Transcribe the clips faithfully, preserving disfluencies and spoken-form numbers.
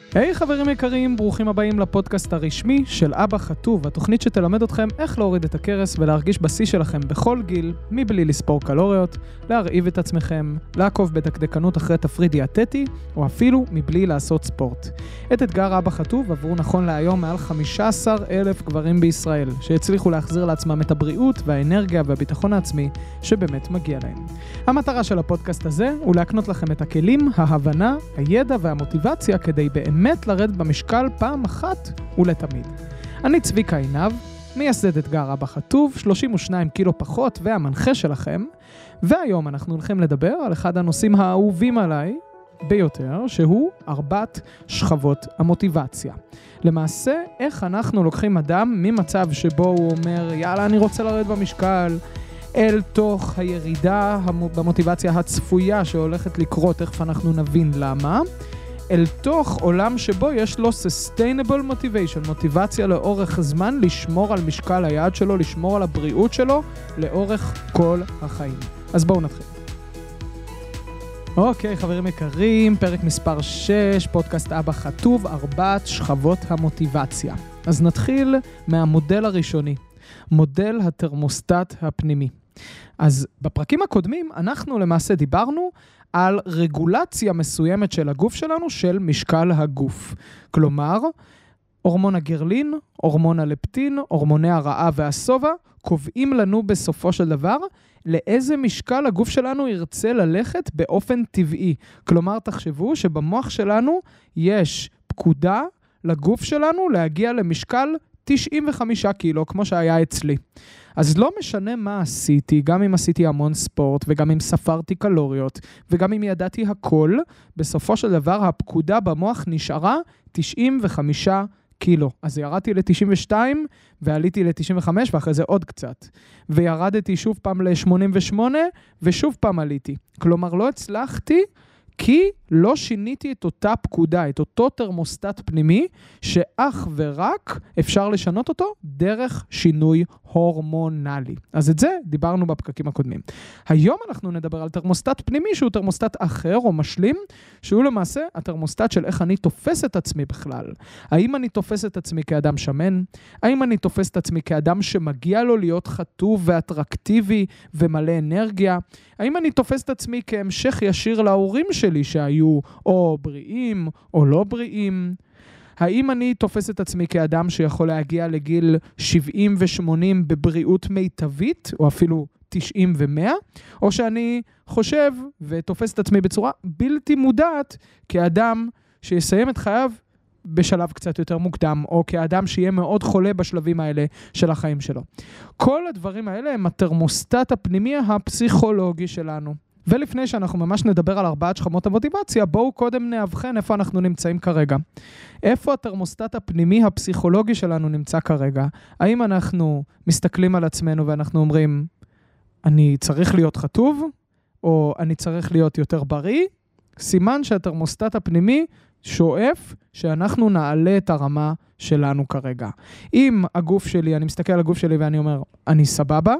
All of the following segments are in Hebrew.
היי hey, חברים יקרים, ברוכים הבאים לפודקאסט הרשמי של אבא חטוב, התוכנית שתלמד אתכם איך להוריד את הקרס ולהרגיש בשיא שלכם בכל גיל, מבלי לספור קלוריות, להרעיב את עצמכם, לעקוב בדקדקנות אחרי תפריט דיאטטי, או אפילו מבלי לעשות ספורט. את אתגר אבא חטוב עברו נכון להיום מעל חמישה עשר אלף גברים בישראל, שהצליחו להחזיר לעצמם את הבריאות והאנרגיה והביטחון העצמי שבאמת מגיע להם. המטרה של הפודקאסט הזה הוא להקנות לכם את הכלים, ההבנה, הידע והמוטיבציה כדי באמת באמת לרדת במשקל פעם אחת ולתמיד. אני צביקה עינב, מייסד אתגר אבא חטוב, שלושים ושניים קילו פחות והמנחה שלכם, והיום אנחנו הולכים לדבר על אחד הנושאים האהובים עליי ביותר, שהוא ארבעת שכבות המוטיבציה. למעשה, איך אנחנו לוקחים אדם ממצב שבו הוא אומר, יאללה, אני רוצה לרדת במשקל, אל תוך הירידה במוטיבציה הצפויה שהולכת לקרות, תכף אנחנו נבין למה, אל תוך עולם שבו יש לו sustainable motivation, מוטיבציה לאורך זמן, לשמור על משקל היעד שלו, לשמור על הבריאות שלו, לאורך כל החיים. אז בואו נתחיל. אוקיי, חברים יקרים, פרק מספר שש, פודקאסט אבא חטוב, ארבעת שכבות המוטיבציה. אז נתחיל מהמודל הראשוני, מודל התרמוסטט הפנימי. אז בפרקים הקודמים אנחנו למעשה דיברנו על רגולציה מסוימת של הגוף שלנו, של משקל הגוף. כלומר, הורמון הגרלין, הורמון הלפטין, הורמוני הרעה והסובה, קובעים לנו בסופו של דבר לאיזה משקל הגוף שלנו ירצה ללכת באופן טבעי. כלומר, תחשבו שבמוח שלנו יש פקודה לגוף שלנו להגיע למשקל תשעים וחמישה קילו, כמו שהיה אצלי. אז לא משנה מה עשיתי, גם אם עשיתי המון ספורט, וגם אם ספרתי קלוריות, וגם אם ידעתי הכל, בסופו של דבר הפקודה במוח נשארה תשעים וחמישה קילו. אז ירדתי ל-תשעים ושתיים, ועליתי ל-תשעים וחמש, ואחרי זה עוד קצת. וירדתי שוב פעם ל-שמונים ושמונה, ושוב פעם עליתי. כלומר, לא הצלחתי, כי לא שיניתי את אותה פקודה, את אותו תרמוסטט פנימי, שאך ורק אפשר לשנות אותו דרך שינוי הורמונלי. אז את זה דיברנו בפרקים הקודמים. היום אנחנו נדבר על תרמוסטט פנימי, שהוא תרמוסטט אחר או משלים, שהוא למעשה התרמוסטט של איך אני תופס את עצמי בכלל. האם אני תופס את עצמי כאדם שמן? האם אני תופס את עצמי כאדם שמגיע לו להיות חטוב ואטרקטיבי ומלא אנרגיה? האם אני תופס את עצמי כהמשך ישיר להורים שלי שהיו או בריאים או לא בריאים? האם אני תופס את עצמי כאדם שיכול להגיע לגיל שבעים ושמונים בבריאות מיטבית, או אפילו תשעים ומאה, או שאני חושב ותופס את עצמי בצורה בלתי מודעת כאדם שיסיים את חייו בשלב קצת יותר מוקדם, או כאדם שיהיה מאוד חולה בשלבים האלה של החיים שלו. כל הדברים האלה הם התרמוסטט הפנימי הפסיכולוגי שלנו. ולפני שאנחנו ממש נדבר על ארבעת שכבות המוטיבציה, בואו קודם נאבחן איפה אנחנו נמצאים כרגע. איפה התרמוסטט הפנימי הפסיכולוגי שלנו נמצא כרגע? האם אנחנו מסתכלים על עצמנו ואנחנו אומרים, אני צריך להיות חטוב, או אני צריך להיות יותר בריא? סימן שהתרמוסטט הפנימי שואף שאנחנו נעלה את הרמה שלנו כרגע. אם הגוף שלי, אני מסתכל על הגוף שלי ואני אומר, אני סבבה,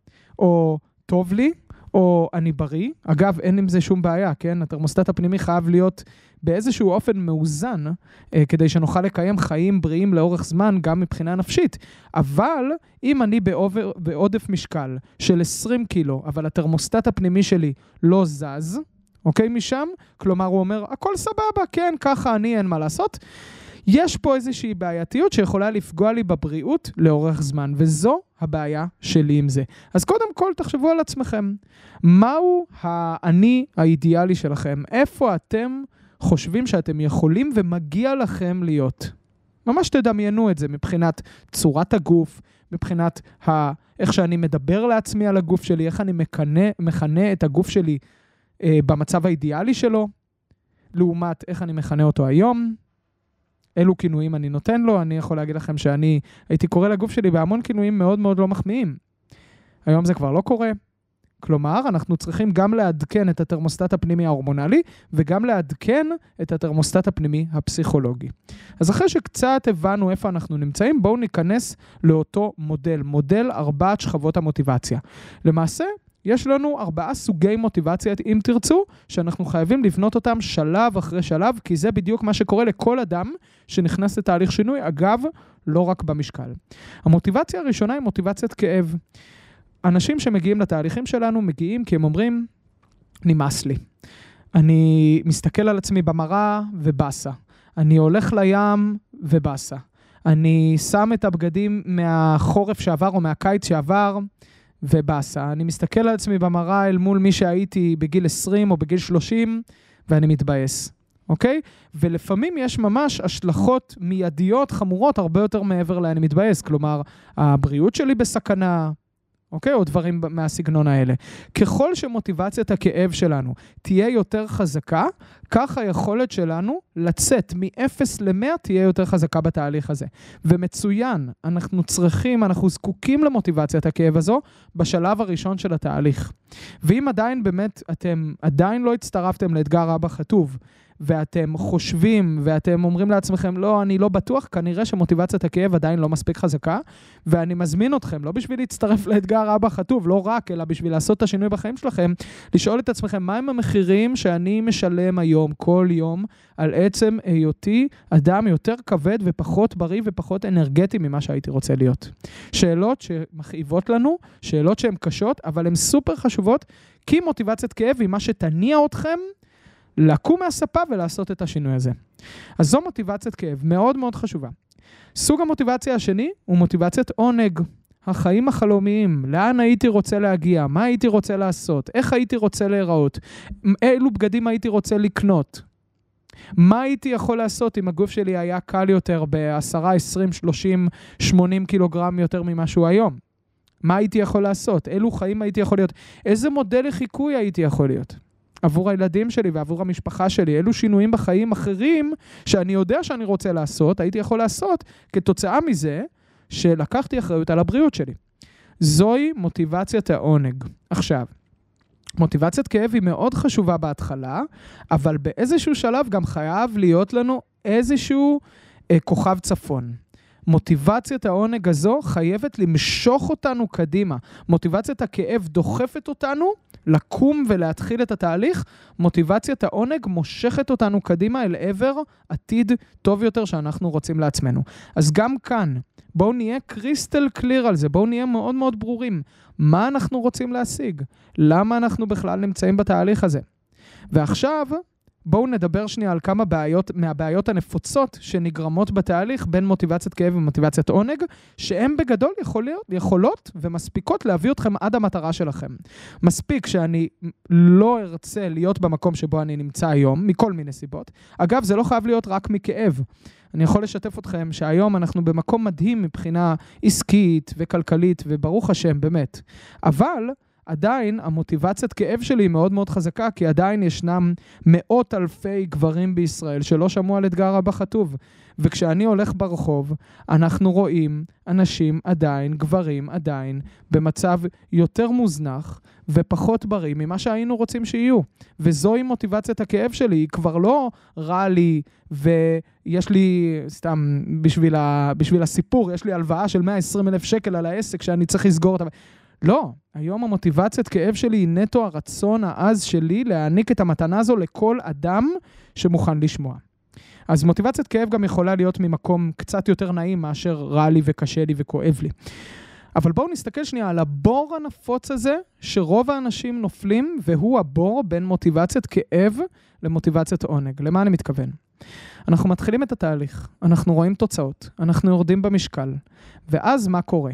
או טוב לי, או אני בריא, אגב, אין עם זה שום בעיה, כן? התרמוסטט הפנימי חייב להיות באיזשהו אופן מאוזן, אה, כדי שנוכל לקיים חיים בריאים לאורך זמן, גם מבחינה נפשית. אבל אם אני בעובר, בעודף משקל של עשרים קילו, אבל התרמוסטט הפנימי שלי לא זז, אוקיי, משם, כלומר הוא אומר, הכל סבבה, כן, ככה אני, אין מה לעשות. יש פה איזושהי בעייתיות שיכולה לפגוע לי בבריאות לאורך זמן, וזו הבעיה שלי עם זה. אז קודם כל תחשבו על עצמכם, מהו האני האידיאלי שלכם? איפה אתם חושבים שאתם יכולים ומגיע לכם להיות? ממש תדמיינו את זה מבחינת צורת הגוף, מבחינת ה... איך שאני מדבר לעצמי על הגוף שלי, איך אני מכנה, מכנה את הגוף שלי אה, במצב האידיאלי שלו, לעומת איך אני מכנה אותו היום. אילו כינויים אני נותן לו, אני יכול להגיד לכם שאני הייתי קורא לגוף שלי בהמון כינויים מאוד מאוד לא מחמיאים. היום זה כבר לא קורה. כלומר, אנחנו צריכים גם לעדכן את התרמוסטט הפנימי ההורמונלי, וגם לעדכן את התרמוסטט הפנימי הפסיכולוגי. אז אחרי שקצת הבנו איפה אנחנו נמצאים, בואו ניכנס לאותו מודל, מודל ארבעת שכבות המוטיבציה. למעשה, יש לנו ארבעה סוגי מוטיבציה, אם תרצו, שאנחנו חייבים לבנות אותם שלב אחרי שלב, כי זה בדיוק מה שקורה לכל אדם שנכנס לתהליך שינוי, אגב, לא רק במשקל. המוטיבציה הראשונה היא מוטיבציית כאב. אנשים שמגיעים לתהליכים שלנו מגיעים כי הם אומרים, נמאס לי. אני מסתכל על עצמי במראה ובאסה. אני הולך לים ובאסה. אני שם את הבגדים מהחורף שעבר או מהקיץ שעבר ובאסה. אני מסתכל על עצמי במראה אל מול מי שהייתי בגיל עשרים או בגיל שלושים ואני מתבאס. אוקיי? ולפעמים יש ממש השלכות מיידיות חמורות הרבה יותר מעבר לאני מתבאס. כלומר, הבריאות שלי בסכנה, אוקיי? או דברים מהסגנון האלה. ככל שמוטיבציית הכאב שלנו תהיה יותר חזקה, כך היכולת שלנו לצאת מ-אפס ל-מאה תהיה יותר חזקה בתהליך הזה. ומצוין, אנחנו צריכים, אנחנו זקוקים למוטיבציית הכאב הזו בשלב הראשון של התהליך. ואם עדיין באמת, אתם עדיין לא הצטרפתם לאתגר אבא חטוב, ואתם חושבים, ואתם אומרים לעצמכם, לא, אני לא בטוח, כנראה שמוטיבציית הכאב עדיין לא מספיק חזקה, ואני מזמין אתכם, לא בשביל להצטרף לאתגר אבא חטוב, לא רק, אלא בשביל לעשות את השינוי בחיים שלכם, לשאול את עצמכם, מהם המחירים שאני משלם היום, כל יום, על עצם היותי אדם יותר כבד ופחות בריא ופחות אנרגטי ממה שהייתי רוצה להיות. שאלות שמכאיבות לנו, שאלות שהן קשות, אבל הן סופר חשובות, כי מוטיבציית כאב היא מה שתניע אתכם לקום מהספה ולעשות את השינוי הזה. אז זו מוטיבציית כאב, מאוד מאוד חשובה. סוג המוטיבציה השני הוא מוטיבציית עונג. החיים החלומיים, לאן הייתי רוצה להגיע, מה הייתי רוצה לעשות, איך הייתי רוצה להיראות, אילו בגדים הייתי רוצה לקנות. מה הייתי יכול לעשות אם הגוף שלי היה קל יותר ב-עשרה, עשרים, שלושים, שמונים קילוגרם יותר ממה שהוא היום? מה הייתי יכול לעשות? אילו חיים הייתי יכול להיות? איזה מודל לחיקוי הייתי יכול להיות? עבור הילדים שלי ועבור המשפחה שלי, אלו שינויים בחיים אחרים שאני יודע שאני רוצה לעשות, הייתי יכול לעשות כתוצאה מזה שלקחתי אחריות על הבריאות שלי. זוהי מוטיבציית העונג. עכשיו, מוטיבציית כאב היא מאוד חשובה בהתחלה, אבל באיזשהו שלב גם חייב להיות לנו איזשהו אה, כוכב צפון. מוטיבציית העונג הזו חייבת למשוך אותנו קדימה. מוטיבציית הכאב דוחפת אותנו לקום ולהתחיל את התהליך. מוטיבציית העונג מושכת אותנו קדימה אל עבר עתיד טוב יותר שאנחנו רוצים לעצמנו. אז גם כאן, בואו נהיה קריסטל קליר על זה, בואו נהיה מאוד מאוד ברורים. מה אנחנו רוצים להשיג? למה אנחנו בכלל נמצאים בתהליך הזה? ועכשיו, בואו נדבר שנייה על כמה בעיות, מהבעיות הנפוצות שנגרמות בתהליך בין מוטיבציית כאב ומוטיבציית עונג, שהן בגדול יכולות, יכולות ומספיקות להביא אתכם עד המטרה שלכם. מספיק שאני לא ארצה להיות במקום שבו אני נמצא היום, מכל מיני סיבות. אגב, זה לא חייב להיות רק מכאב. אני יכול לשתף אתכם שהיום אנחנו במקום מדהים מבחינה עסקית וכלכלית, וברוך השם, באמת. אבל עדיין המוטיבציית כאב שלי היא מאוד מאוד חזקה, כי עדיין ישנם מאות אלפי גברים בישראל שלא שמעו על אתגר אבא חטוב. וכשאני הולך ברחוב, אנחנו רואים אנשים עדיין, גברים עדיין, במצב יותר מוזנח ופחות בריא ממה שהיינו רוצים שיהיו. וזוהי מוטיבציית הכאב שלי, היא כבר לא רע לי ויש לי, סתם בשביל, ה, בשביל הסיפור, יש לי הלוואה של מאה ועשרים אלף שקל על העסק שאני צריך לסגור אותה. לא, היום המוטיבציית כאב שלי היא נטו הרצון העז שלי להעניק את המתנה הזו לכל אדם שמוכן לשמוע. אז מוטיבציית כאב גם יכולה להיות ממקום קצת יותר נעים מאשר רע לי וקשה לי וכואב לי. אבל בואו נסתכל שנייה על הבור הנפוץ הזה שרוב האנשים נופלים, והוא הבור בין מוטיבציית כאב למוטיבציית עונג. למה אני מתכוון? אנחנו מתחילים את התהליך, אנחנו רואים תוצאות, אנחנו יורדים במשקל, ואז מה קורה?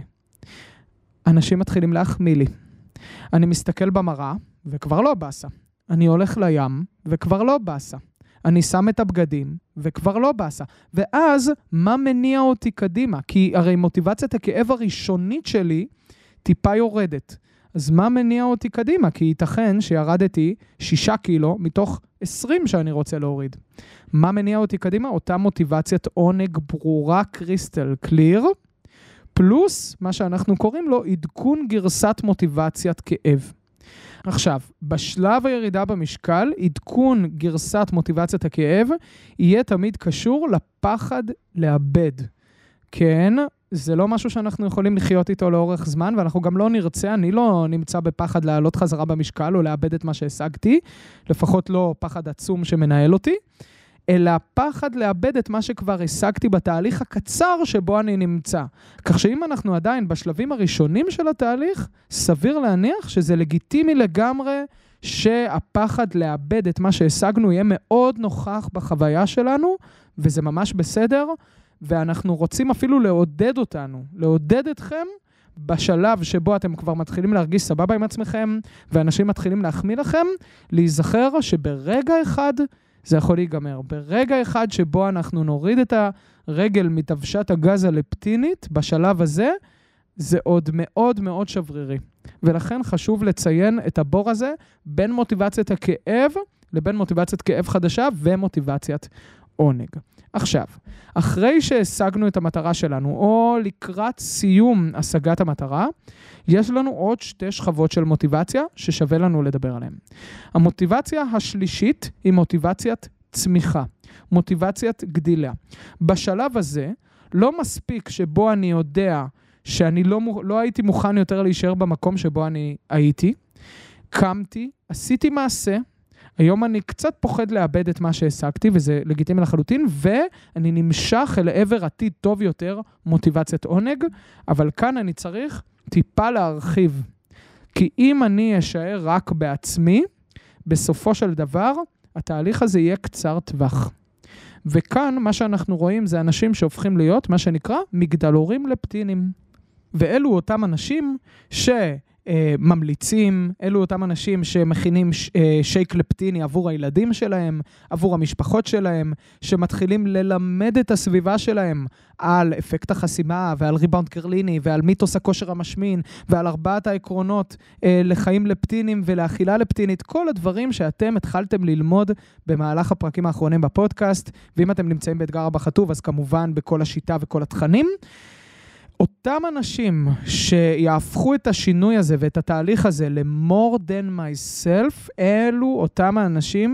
אנשים מתחילים להחמיא לי. אני מסתכל במראה, וכבר לא בסה. אני הולך לים, וכבר לא בסה. אני שם את הבגדים, וכבר לא בסה. ואז, מה מניע אותי קדימה? כי הרי מוטיבציית הכאב הראשונית שלי טיפה יורדת. אז מה מניע אותי קדימה? כי ייתכן שירדתי שישה קילו מתוך עשרים שאני רוצה להוריד. מה מניע אותי קדימה? אותה מוטיבציית עונג ברורה, קריסטל קליר, פלוס מה שאנחנו קוראים לו עדכון גרסת מוטיבציית כאב. עכשיו, בשלב הירידה במשקל, עדכון גרסת מוטיבציית הכאב יהיה תמיד קשור לפחד לאבד. כן, זה לא משהו שאנחנו יכולים לחיות איתו לאורך זמן, ואנחנו גם לא נרצה, אני לא נמצא בפחד לעלות חזרה במשקל, או לאבד את מה שהשגתי, לפחות לא פחד עצום שמנהל אותי, אלא פחד לאבד את מה שכבר השגתי בתהליך הקצר שבו אני נמצא. כך שאם אנחנו עדיין בשלבים הראשונים של התהליך, סביר להניח שזה לגיטימי לגמרי שהפחד לאבד את מה שהשגנו יהיה מאוד נוכח בחוויה שלנו, וזה ממש בסדר, ואנחנו רוצים אפילו לעודד אותנו, לעודד אתכם בשלב שבו אתם כבר מתחילים להרגיש סבבה עם עצמכם, ואנשים מתחילים להחמיא לכם, להיזכר שברגע אחד זה יכול להיגמר. ברגע אחד שבו אנחנו נוריד את הרגל מתבשת הגז הלפטינית, בשלב הזה, זה עוד מאוד מאוד שברירי. ולכן חשוב לציין את הבור הזה בין מוטיבציית הכאב לבין מוטיבציית כאב חדשה ומוטיבציית עונג. עכשיו, אחרי שהשגנו את המטרה שלנו, או לקראת סיום השגת המטרה, יש לנו עוד שתי שכבות של מוטיבציה ששווה לנו לדבר עליהן. המוטיבציה השלישית היא מוטיבציית צמיחה, מוטיבציית גדילה. בשלב הזה, לא מספיק שבו אני יודע שאני לא, לא הייתי מוכן יותר להישאר במקום שבו אני הייתי, קמתי, עשיתי מעשה, היום אני קצת פוחד לאבד את מה שהשגתי, וזה לגיטימי לחלוטין, ואני נמשך אל עבר עתיד טוב יותר, מוטיבציית עונג, אבל כאן אני צריך טיפה להרחיב. כי אם אני אשאר רק בעצמי, בסופו של דבר, התהליך הזה יהיה קצר טווח. וכאן מה שאנחנו רואים זה אנשים שהופכים להיות מה שנקרא מגדלורים לפטינים. ואלו אותם אנשים ש... ממליצים, אלו אותם אנשים שמכינים שייק לפטיני עבור הילדים שלהם, עבור המשפחות שלהם, שמתחילים ללמד את הסביבה שלהם על אפקט החסימה ועל ריבאונד קרליני ועל מיתוס הכושר המשמין ועל ארבעת העקרונות לחיים לפטינים ולאכילה לפטינית, כל הדברים שאתם התחלתם ללמוד במהלך הפרקים האחרונים בפודקאסט, ואם אתם נמצאים באתגר אבא חטוב, אז כמובן בכל השיטה וכל התכנים. אותם אנשים שיהפכו את השינוי הזה ואת התהליך הזה ל-more than myself, אלו אותם האנשים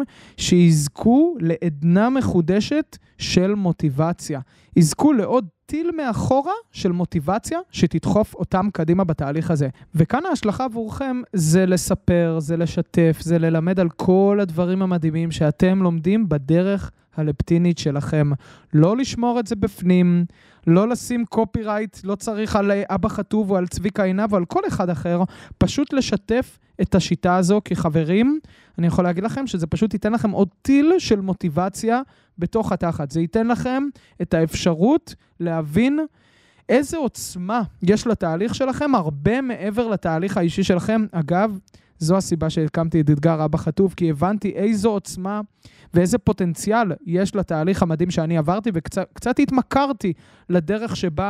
שיזכו לעדנה מחודשת של מוטיבציה. יזכו לעוד טיל מאחורה של מוטיבציה שתדחוף אותם קדימה בתהליך הזה. וכאן ההשלכה עבורכם זה לספר, זה לשתף, זה ללמד על כל הדברים המדהימים שאתם לומדים בדרך הלפטינית שלכם. לא לשמור את זה בפנים, לא לשים קופירייט, לא צריך על אבא חטוב או על צביקה עינב או על כל אחד אחר, פשוט לשתף את השיטה הזו, כי חברים, אני יכול להגיד לכם שזה פשוט ייתן לכם עוד טיל של מוטיבציה בתוך התחת. זה ייתן לכם את האפשרות להבין איזה עוצמה יש לתהליך שלכם, הרבה מעבר לתהליך האישי שלכם. אגב, זו הסיבה שהקמתי את אתגר אבא חטוב, כי הבנתי איזו עוצמה ואיזה פוטנציאל יש לתהליך המדהים שאני עברתי, וקצת התמכרתי לדרך שבה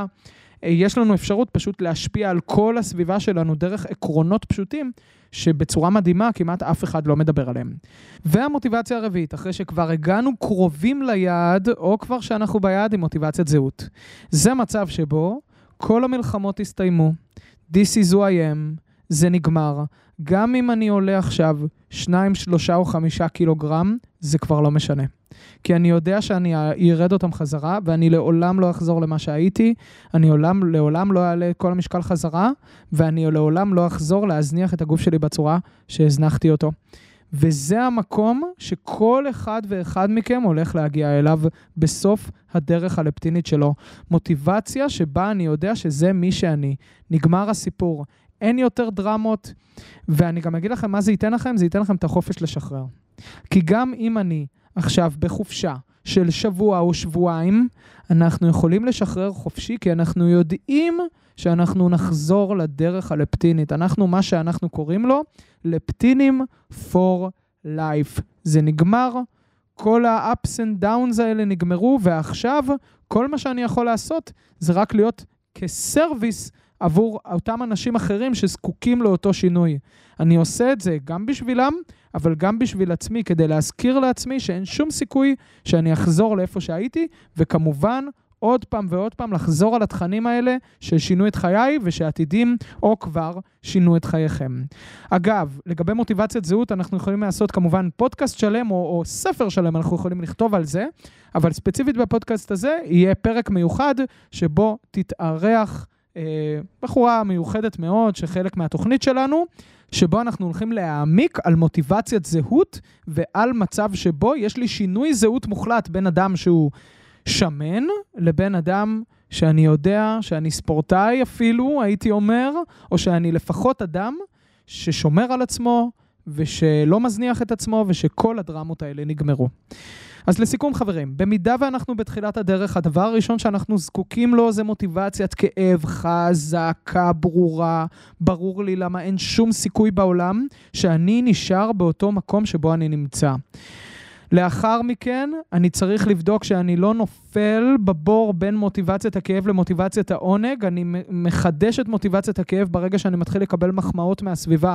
יש לנו אפשרות פשוט להשפיע על כל הסביבה שלנו דרך עקרונות פשוטים, שבצורה מדהימה כמעט אף אחד לא מדבר עליהם. והמוטיבציה הרביעית, אחרי שכבר הגענו קרובים ליעד, או כבר שאנחנו ביעד עם מוטיבציית זהות. זה מצב שבו כל המלחמות הסתיימו, This is who I am, זה נגמר. גם אם אני עולה עכשיו שניים, שלושה או חמישה קילוגרם, זה כבר לא משנה. כי אני יודע שאני ארד אותם חזרה, ואני לעולם לא אחזור למה שהייתי, אני לעולם, לעולם לא אעלה כל המשקל חזרה, ואני לעולם לא אחזור להזניח את הגוף שלי בצורה שהזנחתי אותו. וזה המקום שכל אחד ואחד מכם הולך להגיע אליו בסוף הדרך הלפטינית שלו. מוטיבציה שבה אני יודע שזה מי שאני. נגמר הסיפור. אין יותר דרמות, ואני גם אגיד לכם מה זה ייתן לכם, זה ייתן לכם את החופש לשחרר. כי גם אם אני עכשיו בחופשה של שבוע או שבועיים, אנחנו יכולים לשחרר חופשי, כי אנחנו יודעים שאנחנו נחזור לדרך הלפטינית. אנחנו, מה שאנחנו קוראים לו, לפטינים for life. זה נגמר, כל ה-ups and downs האלה נגמרו, ועכשיו כל מה שאני יכול לעשות זה רק להיות כסרוויס עבור אותם אנשים אחרים שזקוקים לאותו שינוי. אני עושה את זה גם בשבילם, אבל גם בשביל עצמי, כדי להזכיר לעצמי שאין שום סיכוי שאני אחזור לאיפה שהייתי, וכמובן עוד פעם ועוד פעם לחזור על התכנים האלה ששינו את חיי ושעתידים או כבר שינו את חייכם. אגב, לגבי מוטיבציית זהות, אנחנו יכולים לעשות כמובן פודקאסט שלם או, או ספר שלם, אנחנו יכולים לכתוב על זה, אבל ספציפית בפודקאסט הזה, יהיה פרק מיוחד שבו תתארח אה, בחורה מיוחדת מאוד, שחלק מהתוכנית שלנו, שבו אנחנו הולכים להעמיק על מוטיבציית זהות, ועל מצב שבו יש לי שינוי זהות מוחלט בין אדם שהוא שמן, לבין אדם שאני יודע שאני ספורטאי אפילו, הייתי אומר, או שאני לפחות אדם ששומר על עצמו, ושלא מזניח את עצמו, ושכל הדרמות האלה נגמרו. אז לסיכום חברים, במידה ואנחנו בתחילת הדרך, הדבר הראשון שאנחנו זקוקים לו זה מוטיבציית כאב, חזקה, ברורה, ברור לי למה אין שום סיכוי בעולם שאני נשאר באותו מקום שבו אני נמצא. לאחר מכן, אני צריך לבדוק שאני לא נופל בבור בין מוטיבציית הכאב למוטיבציית העונג, אני מחדש את מוטיבציית הכאב ברגע שאני מתחיל לקבל מחמאות מהסביבה,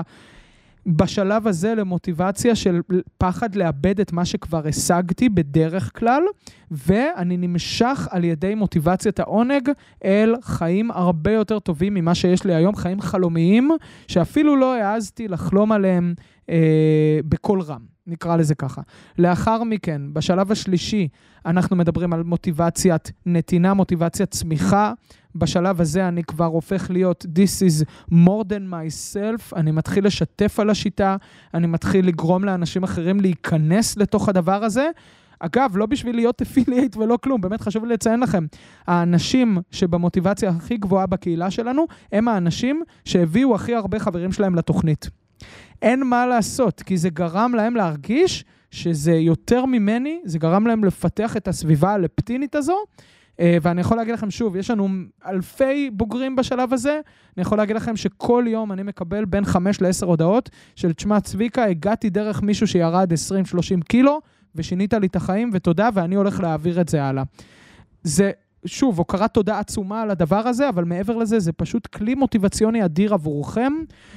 בשלב הזה למוטיבציה של פחד לאבד את מה שכבר השגתי בדרך כלל, ואני נמשך על ידי מוטיבציית העונג אל חיים הרבה יותר טובים ממה שיש לי היום, חיים חלומיים, שאפילו לא העזתי לחלום עליהם אה, בכל רם, נקרא לזה ככה. לאחר מכן, בשלב השלישי, אנחנו מדברים על מוטיבציית נתינה, מוטיבציית צמיחה, בשלב הזה אני כבר הופך להיות this is more than myself, אני מתחיל לשתף על השיטה, אני מתחיל לגרום לאנשים אחרים להיכנס לתוך הדבר הזה. אגב, לא בשביל להיות אפילייט ולא כלום, באמת חשוב לי לציין לכם, האנשים שבמוטיבציה הכי גבוהה בקהילה שלנו, הם האנשים שהביאו הכי הרבה חברים שלהם לתוכנית. אין מה לעשות, כי זה גרם להם להרגיש שזה יותר ממני, זה גרם להם לפתח את הסביבה הלפטינית הזו, ואני יכול להגיד לכם שוב, יש לנו אלפי בוגרים בשלב הזה, אני יכול להגיד לכם שכל יום אני מקבל בין חמש לעשר הודעות של תשמע צביקה, הגעתי דרך מישהו שירד עשרים שלושים קילו, ושינית לי את החיים, ותודה, ואני הולך להעביר את זה הלאה. זה, שוב, הוקרת תודה עצומה על הדבר הזה, אבל מעבר לזה, זה פשוט כלי מוטיבציוני אדיר עבורכם,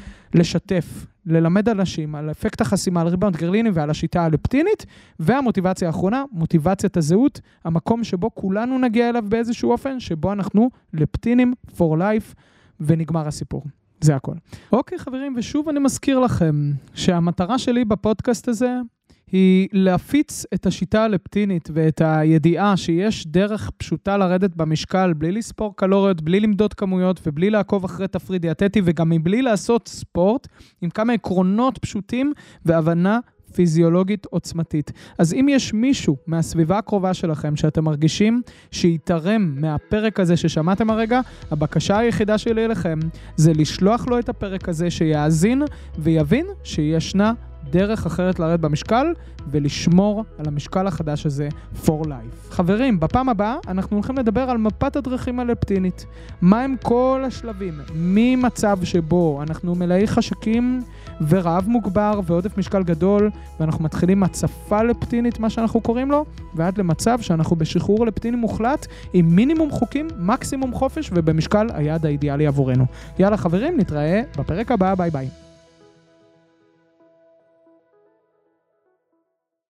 לשתף, ללמד אנשים על אפקט החסימה, על ריבאונד גרליני ועל השיטה הלפטינית, והמוטיבציה האחרונה, מוטיבציית הזהות, המקום שבו כולנו נגיע אליו באיזשהו אופן, שבו אנחנו לפטינים for life, ונגמר הסיפור. זה הכל. אוקיי חברים, ושוב אני מזכיר לכם, שהמטרה שלי בפודקאסט הזה, היא להפיץ את השיטה הלפטינית ואת הידיעה שיש דרך פשוטה לרדת במשקל בלי לספור קלוריות, בלי למדוד כמויות ובלי לעקוב אחרי תפריט דיאטטי וגם מבלי לעשות ספורט עם כמה עקרונות פשוטים והבנה פיזיולוגית עוצמתית. אז אם יש מישהו מהסביבה הקרובה שלכם שאתם מרגישים שיתרם מהפרק הזה ששמעתם הרגע, הבקשה היחידה שלי אליכם זה לשלוח לו את הפרק הזה שיאזין ויבין שישנה דרך אחרת לרדת במשקל ולשמור על המשקל החדש הזה for life. חברים, בפעם הבאה אנחנו הולכים לדבר על מפת הדרכים הלפטינית. מה הם כל השלבים? ממצב שבו אנחנו מלאי חשקים ורעב מוגבר ועודף משקל גדול, ואנחנו מתחילים הצפה לפטינית, מה שאנחנו קוראים לו, ועד למצב שאנחנו בשחרור לפטיני מוחלט עם מינימום חוקים, מקסימום חופש ובמשקל היעד האידיאלי עבורנו. יאללה חברים, נתראה בפרק הבא, ביי ביי.